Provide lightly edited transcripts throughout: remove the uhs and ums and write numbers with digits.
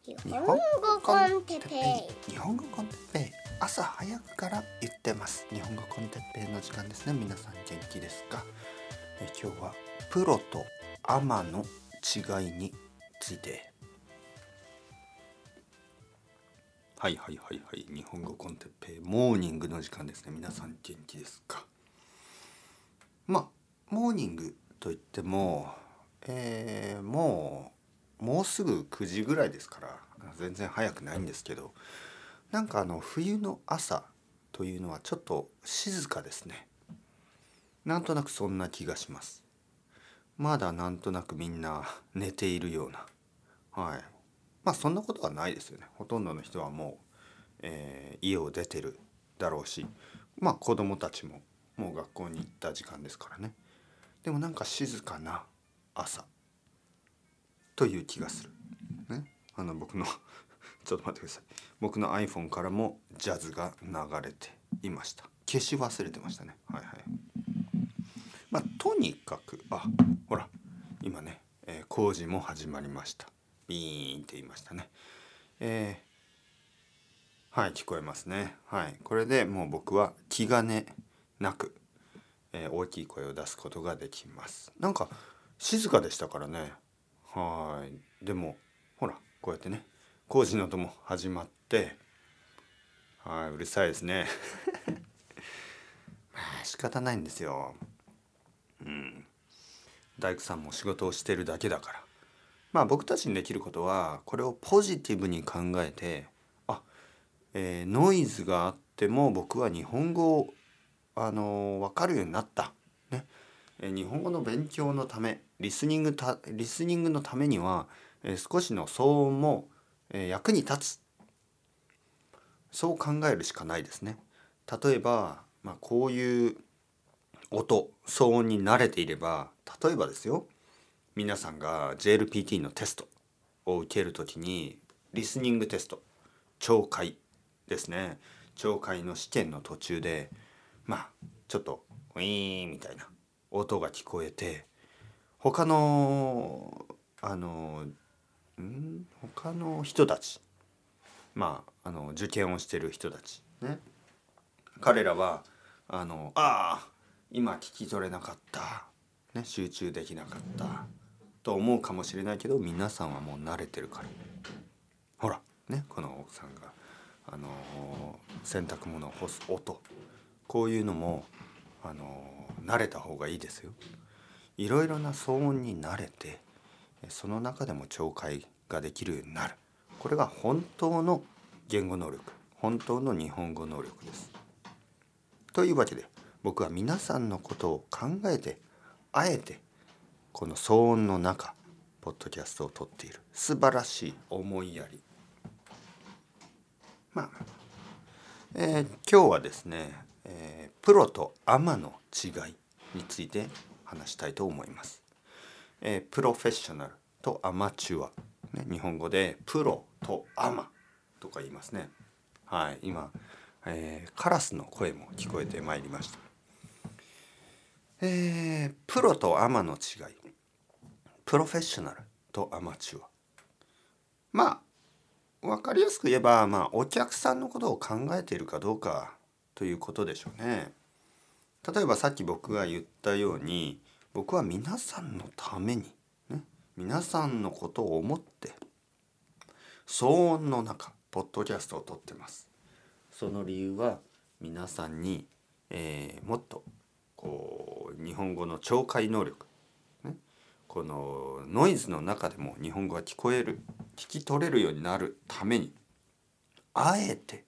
日本語コンテッペイ。日本語コンテッペイ。朝早くから言ってます。日本語コンテッペイの時間ですね。皆さん元気ですか？今日はプロとアマの違いについて。はい。日本語コンテッペイモーニングの時間ですね。皆さん元気ですか？モーニングといっても、もうすぐ9時ぐらいですから全然早くないんですけど、なんか冬の朝というのはちょっと静かですね。なんとなくそんな気がします。まだなんとなくみんな寝ているような。そんなことはないですよね。ほとんどの人はもう、家を出てるだろうし、子供たちももう学校に行った時間ですからね。でもなんか静かな朝という気がする、ね、僕のちょっと待ってください。僕の iPhone からもジャズが流れていました。消し忘れてましたね。とにかくほら今ね、工事も始まりました。ビーンって言いましたね。聞こえますね。これでもう僕は気兼ねなく、大きい声を出すことができます。なんか静かでしたからね。でもほらこうやってね、工事の音も始まって、うるさいですね。仕方ないんですよ。大工さんも仕事をしてるだけだから。僕たちにできることはこれをポジティブに考えて、ノイズがあっても僕は日本語を分かるようになった、ね。日本語の勉強のため、リスニングのためには、少しの騒音も、役に立つ。そう考えるしかないですね。例えば、こういう騒音に慣れていれば、例えばですよ、皆さんが JLPT のテストを受けるときに、リスニングテスト、聴解ですね。聴解の試験の途中で、ちょっとウィーンみたいな音が聞こえて、他の人たち、受験をしてる人たちね、彼らは今聞き取れなかった、ね、集中できなかったと思うかもしれないけど、皆さんはもう慣れてるから。ほらね、この奥さんが洗濯物を干す音、こういうのも慣れた方がいいですよ。いろいろな騒音に慣れて、その中でも聴解ができるようになる。これが本当の言語能力、本当の日本語能力です。というわけで、僕は皆さんのことを考えて、あえてこの騒音の中ポッドキャストを撮っている。素晴らしい思いやり。今日はですね、プロとアマの違いについて話したいと思います。プロフェッショナルとアマチュア、日本語でプロとアマとか言いますね。今、カラスの声も聞こえてまいりました。プロとアマの違い、プロフェッショナルとアマチュア。分かりやすく言えば、お客さんのことを考えているかどうかということでしょうね。例えばさっき僕が言ったように、僕は皆さんのために、皆さんのことを思って騒音の中ポッドキャストを撮ってます。その理由は皆さんに、もっと日本語の聴解能力、このノイズの中でも日本語が聞き取れるようになるために、あえて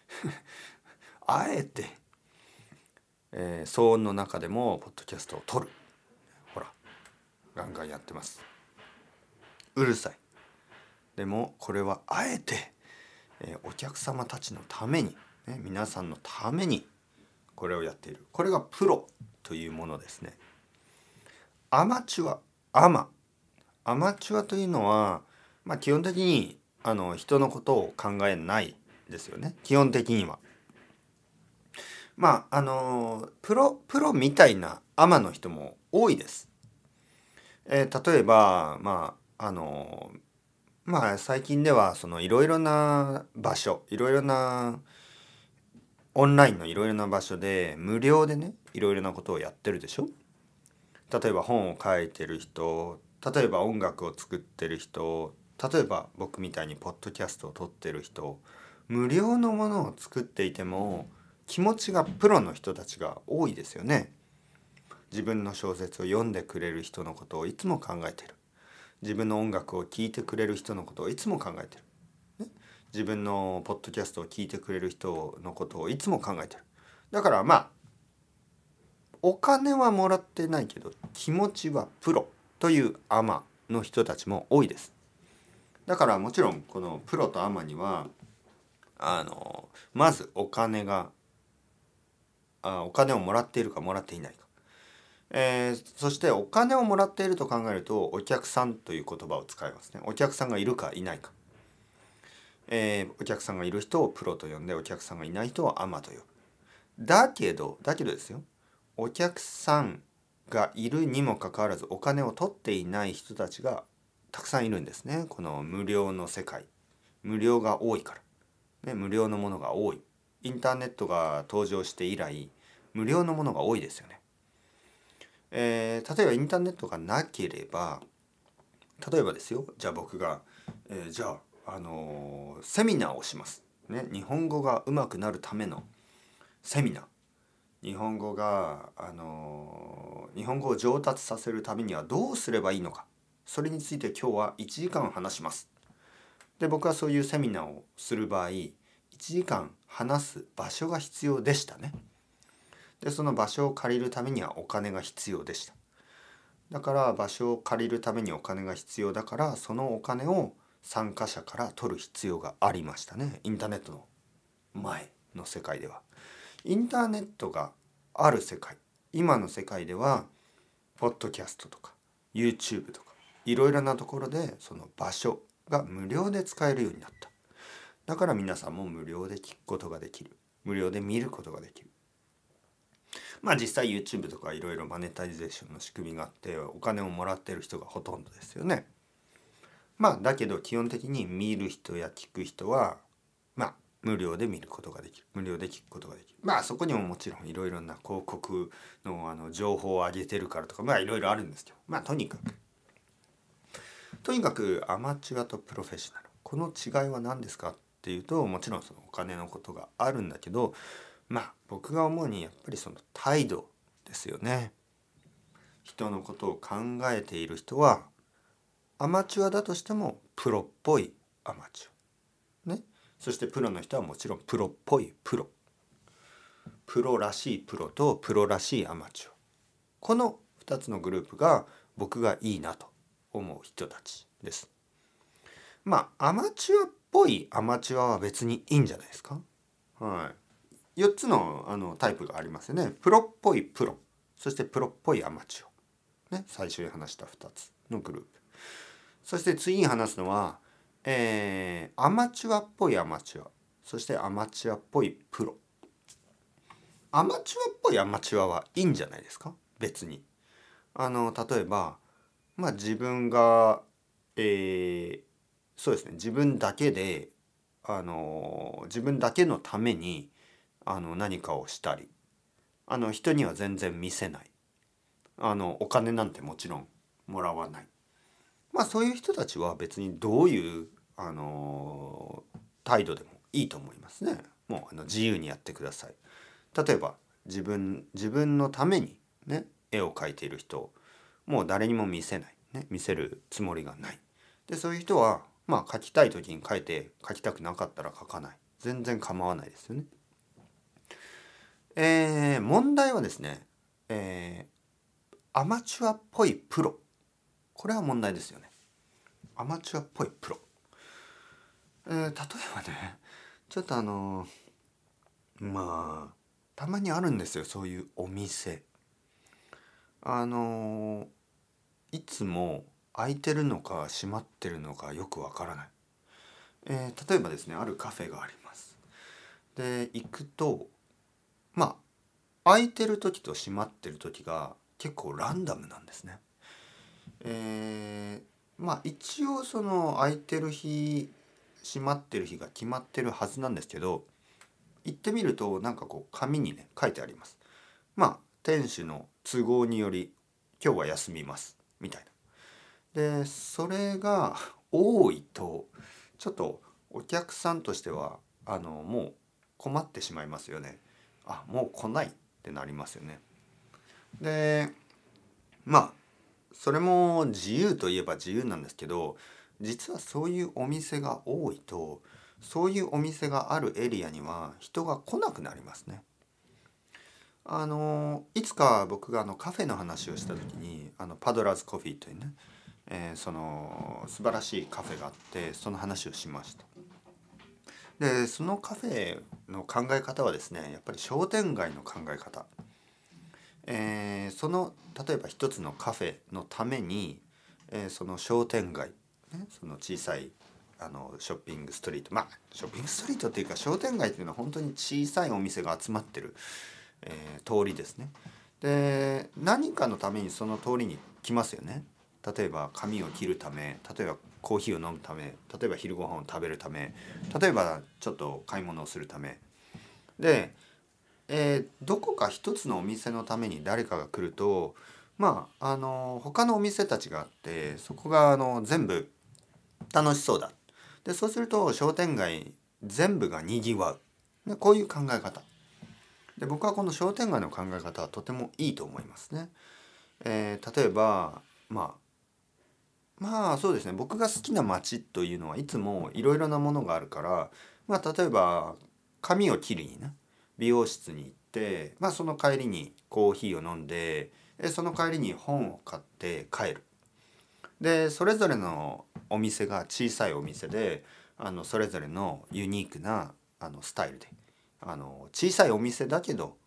騒音の中でもポッドキャストを撮る。ほらガンガンやってます。うるさい。でもこれはあえて、お客様たちのために、皆さんのためにこれをやっている。これがプロというものですね。アマチュアというのは、基本的に人のことを考えないですよね。基本的にはプロみたいなアマの人も多いです。例えばまあ最近ではそのいろいろな場所、いろいろなオンラインのいろいろな場所で無料でね、いろいろなことをやってるでしょ。例えば本を書いてる人、例えば音楽を作ってる人、例えば僕みたいにポッドキャストを撮ってる人、無料のものを作っていても気持ちがプロの人たちが多いですよね。自分の小説を読んでくれる人のことをいつも考えてる。自分の音楽を聴いてくれる人のことをいつも考えてる。自分のポッドキャストを聞いてくれる人のことをいつも考えてる。だからまあお金はもらってないけど気持ちはプロというアマの人たちも多いです。だからもちろんこのプロとアマにはまずお金をもらっているかもらっていないか、そしてお金をもらっていると考えるとお客さんという言葉を使いますね。お客さんがいるかいないか、お客さんがいる人をプロと呼んでお客さんがいない人をアマと呼ぶ。だけどですよ、お客さんがいるにもかかわらずお金を取っていない人たちがたくさんいるんですね。この無料の世界、無料が多いから、ね、無料のものが多い。インターネットが登場して以来無料のものが多いですよね。例えばインターネットがなければ、例えばですよ、じゃあ僕が、じゃあ、セミナーをします、ね、日本語が上手くなるためのセミナー。日本語を上達させるためにはどうすればいいのか、それについて今日は1時間話します。で、僕はそういうセミナーをする場合1時間話す場所が必要でしたね。で、その場所を借りるためにはお金が必要でした。だから場所を借りるためにお金が必要だから、そのお金を参加者から取る必要がありましたね。インターネットの前の世界では。インターネットがある世界、今の世界ではポッドキャストとか YouTube とかいろいろなところでその場所が無料で使えるようになった。だから皆さんも無料で聞くことができる、無料で見ることができる。まあ実際 YouTube とかいろいろマネタイゼーションの仕組みがあってお金をもらってる人がほとんどですよね。まあだけど基本的に見る人や聞く人はまあ無料で見ることができる、無料で聞くことができる。まあそこにももちろんいろいろな広告の情報を上げてるからとかまあいろいろあるんですけど、まあとにかくアマチュアとプロフェッショナル、この違いは何ですかっていうと、もちろんそのお金のことがあるんだけど、まあ僕が思うにやっぱりその態度ですよね。人のことを考えている人はアマチュアだとしてもプロっぽいアマチュアね。そしてプロの人はもちろんプロっぽいプロ、プロらしいプロとプロらしいアマチュア、この2つのグループが僕がいいなと思う人たちです。まあアマチュアっぽいアマチュアは別にいいんじゃないですか。はい、4つのタイプがありますよね。プロっぽいプロ、そしてプロっぽいアマチュア、ね、最初に話した2つのグループ。そして次に話すのは、アマチュアっぽいアマチュア、そしてアマチュアっぽいプロ。アマチュアっぽいアマチュアはいいんじゃないですか、別に。例えば、まあ自分が、そうですね、自分だけで、自分だけのために、何かをしたり、人には全然見せない。お金なんてもちろんもらわない。まあそういう人たちは別にどういう、態度でもいいと思いますね。もう自由にやってください。例えば自分のためにね絵を描いている人、もう誰にも見せない、ね、見せるつもりがない。でそういう人はまあ描きたい時に描いて、描きたくなかったら描かない、全然構わないですよね。問題はですね、アマチュアっぽいプロ、これは問題ですよね。アマチュアっぽいプロ、例えばね、ちょっとまあたまにあるんですよ、そういうお店。あのいつも開いてるのか閉まってるのかよくわからない。例えばですね、あるカフェがあります。で行くと、まあ開いてる時と閉まってる時が結構ランダムなんですね。 一応その空いてる日閉まってる日が決まってるはずなんですけど、行ってみるとなんかこう紙にね書いてあります。店主の都合により今日は休みますみたいな。でそれが多いとちょっとお客さんとしてはもう困ってしまいますよね。もう来ないってなりますよね。でそれも自由といえば自由なんですけど、実はそういうお店が多いと、そういうお店があるエリアには人が来なくなりますね。いつか僕がカフェの話をした時にパドラーズコーヒーというね、その素晴らしいカフェがあって、その話をしました。でそのカフェの考え方はですね、やっぱり商店街の考え方、その例えば一つのカフェのために、その商店街、ね、その小さいショッピングストリート、ショッピングストリートっていうか商店街っていうのは本当に小さいお店が集まってる、通りですね。で何かのためにその通りに来ますよね。例えば髪を切るため、例えばコーヒーを飲むため、例えば昼ご飯を食べるため、例えばちょっと買い物をするためで、どこか一つのお店のために誰かが来ると、他のお店たちがあって、そこが全部楽しそうだ。でそうすると商店街全部がにぎわう。でこういう考え方で、僕はこの商店街の考え方はとてもいいと思いますね。例えばそうですね、僕が好きな街というのはいつもいろいろなものがあるから、例えば髪を切りにね美容室に行って、その帰りにコーヒーを飲んで、その帰りに本を買って帰る。でそれぞれのお店が小さいお店で、それぞれのユニークなスタイルで、小さいお店だけど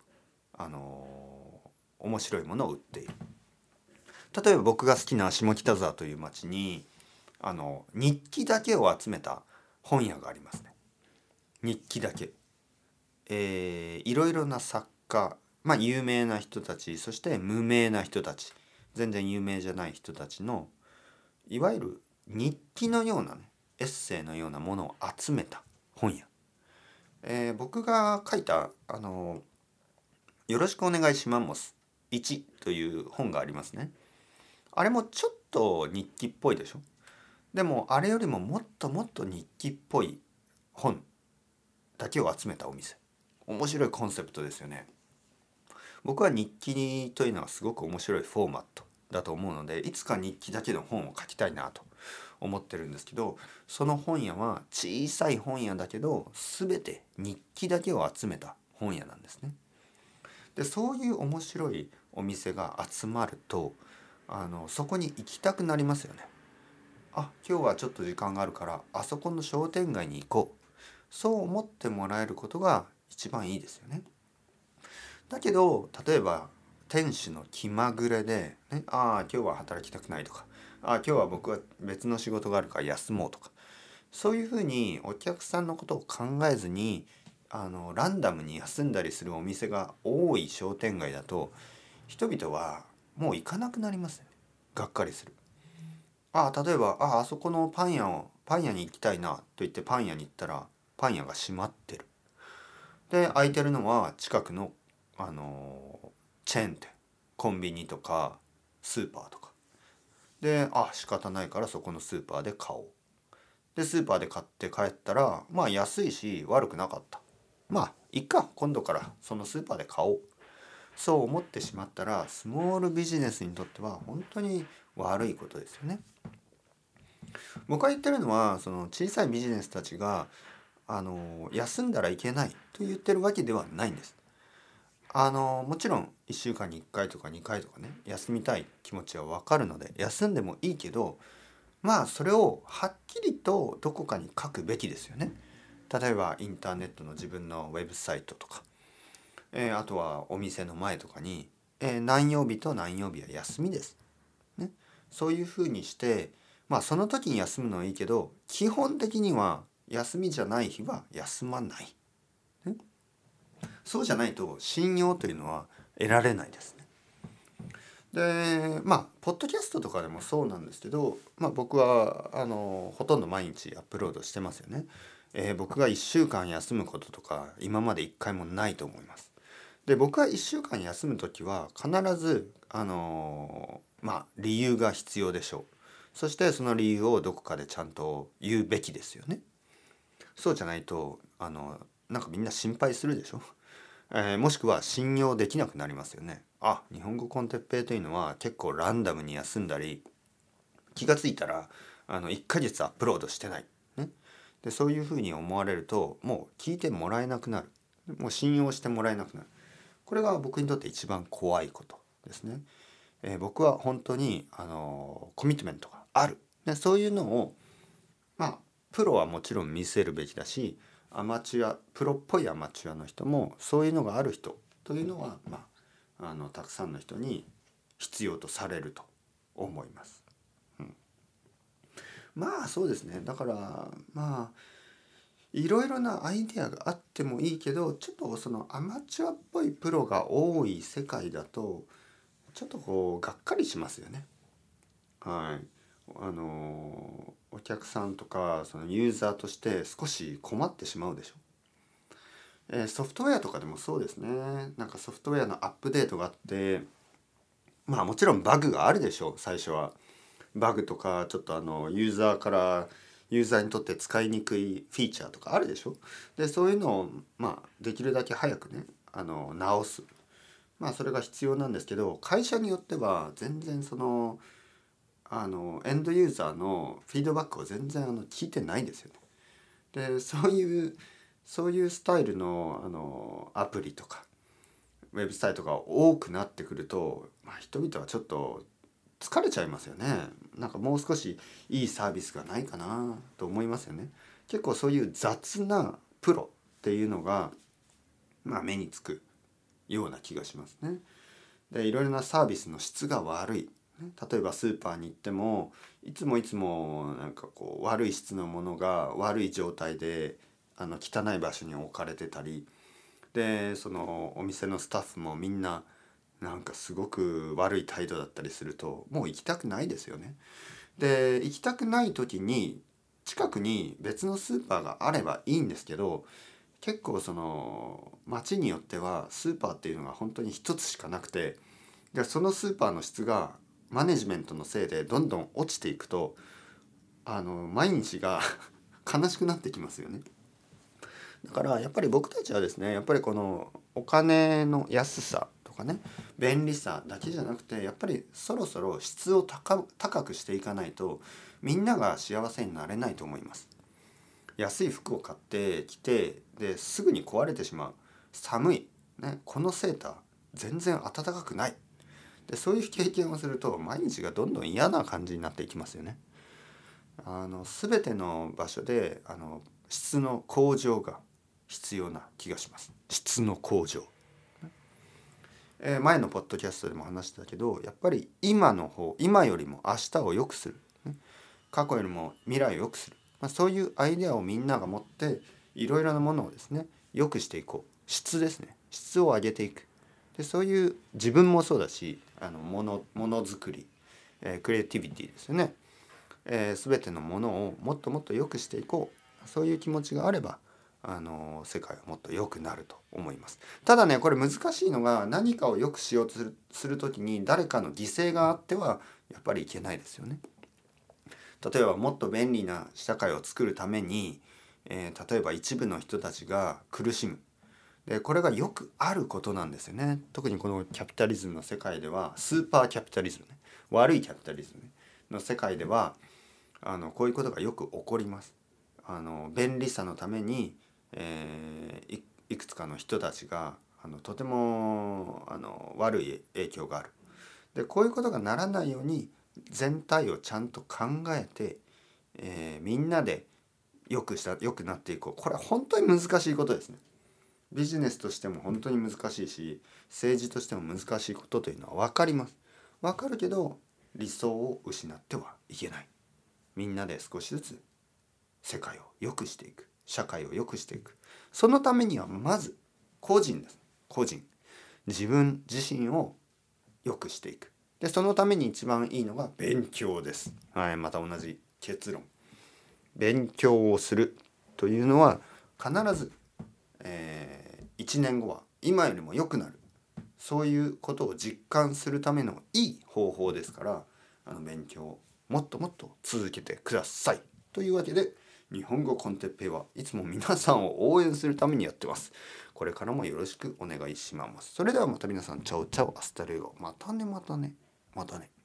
面白いものを売っている。例えば僕が好きな下北沢という町に日記だけを集めた本屋がありますね。日記だけ、いろいろな作家、有名な人たち、そして無名な人たち、全然有名じゃない人たちのいわゆる日記のようなね、エッセイのようなものを集めた本屋、僕が書いたよろしくお願いします1という本がありますね。あれもちょっと日記っぽいでしょ。でもあれよりももっともっと日記っぽい本だけを集めたお店。面白いコンセプトですよね。僕は日記というのはすごく面白いフォーマットだと思うので、いつか日記だけの本を書きたいなと思ってるんですけど、その本屋は小さい本屋だけど全て日記だけを集めた本屋なんですね。でそういう面白いお店が集まるとそこに行きたくなりますよね。今日はちょっと時間があるからあそこの商店街に行こう、そう思ってもらえることが一番いいですよね。だけど例えば店主の気まぐれで、ね、今日は働きたくないとか、今日は僕は別の仕事があるから休もうとか、そういうふうにお客さんのことを考えずにランダムに休んだりするお店が多い商店街だと、人々はもう行かなくなりますよね。がっかりする。例えばあそこのパン屋に行きたいなと言ってパン屋に行ったらパン屋が閉まってる。で空いてるのは近くのチェーン店、コンビニとかスーパーとかで、仕方ないからそこのスーパーで買おう。でスーパーで買って帰ったら安いし悪くなかった。いっか、今度からそのスーパーで買おう。そう思ってしまったらスモールビジネスにとっては本当に悪いことですよね。僕が言ってるのはその小さいビジネスたちが休んだらいけないと言ってるわけではないんです。もちろん1週間に1回とか2回とかね休みたい気持ちは分かるので休んでもいいけど、それをはっきりとどこかに書くべきですよね。例えばインターネットの自分のウェブサイトとか、あとはお店の前とかに、何曜日と何曜日は休みです、ね、そういうふうにして、その時に休むのはいいけど基本的には休みじゃない日は休まない、ね、そうじゃないと信用というのは得られないですね。 でポッドキャストとかでもそうなんですけど、僕はほとんど毎日アップロードしてますよね。僕が1週間休むこととか今まで1回もないと思います。で僕は1週間休む時は必ず理由が必要でしょう。そしてその理由をどこかでちゃんと言うべきですよね。そうじゃないとなんかみんな心配するでしょ。もしくは信用できなくなりますよね。日本語コンテッペイというのは結構ランダムに休んだり、気がついたら1ヶ月アップロードしてない、ね、でそういうふうに思われるともう聞いてもらえなくなる。もう信用してもらえなくなる。これが僕にとって一番怖いことですね。僕は本当にコミットメントがある、ね、そういうのをプロはもちろん見せるべきだし、アマチュアプロっぽいアマチュアの人もそういうのがある人というのは、たくさんの人に必要とされると思います。そうですね。だからいろいろなアイデアがあってもいいけど、ちょっとそのアマチュアっぽいプロが多い世界だとちょっとがっかりしますよね。はい。お客さんとかそのユーザーとして少し困ってしまうでしょ。ソフトウェアとかでもそうですね。なんかソフトウェアのアップデートがあって、もちろんバグがあるでしょう。最初はバグとかちょっとユーザーにとって使いにくいフィーチャーとかあるでしょ。でそういうのをできるだけ早くね直す。それが必要なんですけど、会社によっては全然そのエンドユーザーのフィードバックを全然聞いてないんですよね。でそういうスタイルのアプリとかウェブサイトが多くなってくると、人々はちょっと疲れちゃいますよね。なんかもう少しいいサービスがないかなと思いますよね。結構そういう雑なプロっていうのが目につくような気がしますね。でいろいろなサービスの質が悪い。例えばスーパーに行ってもいつもなんか悪い質のものが悪い状態で汚い場所に置かれてたりで、そのお店のスタッフもみんななんかすごく悪い態度だったりするともう行きたくないですよね。で行きたくない時に近くに別のスーパーがあればいいんですけど、結構その街によってはスーパーっていうのが本当に一つしかなくて、でそのスーパーの質がマネジメントのせいでどんどん落ちていくと毎日が悲しくなってきますよね。だからやっぱり僕たちはですね、やっぱりこのお金の安さとかね、便利さだけじゃなくてやっぱりそろそろ質を高くしていかないとみんなが幸せになれないと思います。安い服を買ってきてですぐに壊れてしまう、寒い、ね、このセーター全然暖かくない、でそういう経験をすると毎日がどんどん嫌な感じになっていきますよね。全ての場所で質の向上が必要な気がします。質の向上、前のポッドキャストでも話したけど、やっぱり今よりも明日を良くする、ね、過去よりも未来を良くする、そういうアイデアをみんなが持っていろいろなものをですね良くしていこう。質ですね。質を上げていく。でそういう自分もそうだしものづくり、クリエイティビティですよね。全てのものをもっともっと良くしていこう、そういう気持ちがあれば世界はもっと良くなると思います。ただね、これ難しいのが、何かを良くしようとする時に誰かの犠牲があってはやっぱりいけないですよね。例えばもっと便利な社会を作るために、例えば一部の人たちが苦しむ。でこれがよくあることなんですよね。特にこのキャピタリズムの世界では、スーパーキャピタリズムね、悪いキャピタリズムの世界ではこういうことがよく起こります。便利さのために、いくつかの人たちがとても悪い影響がある。でこういうことがならないように全体をちゃんと考えて、みんなで良くなっていこう。これは本当に難しいことですね。ビジネスとしても本当に難しいし、政治としても難しいことというのは分かります。分かるけど理想を失ってはいけない。みんなで少しずつ世界を良くしていく、社会を良くしていく。そのためにはまず個人です。個人、自分自身を良くしていく。 でそのために一番いいのが勉強です。はい、また同じ結論。勉強をするというのは必ず、1年後は今よりも良くなる、そういうことを実感するためのいい方法ですから、勉強をもっともっと続けてください。というわけで、日本語コンテッペイはいつも皆さんを応援するためにやってます。これからもよろしくお願いします。それではまた皆さん、チャオチャオ、アスタルエゴ。またねまたねまたね。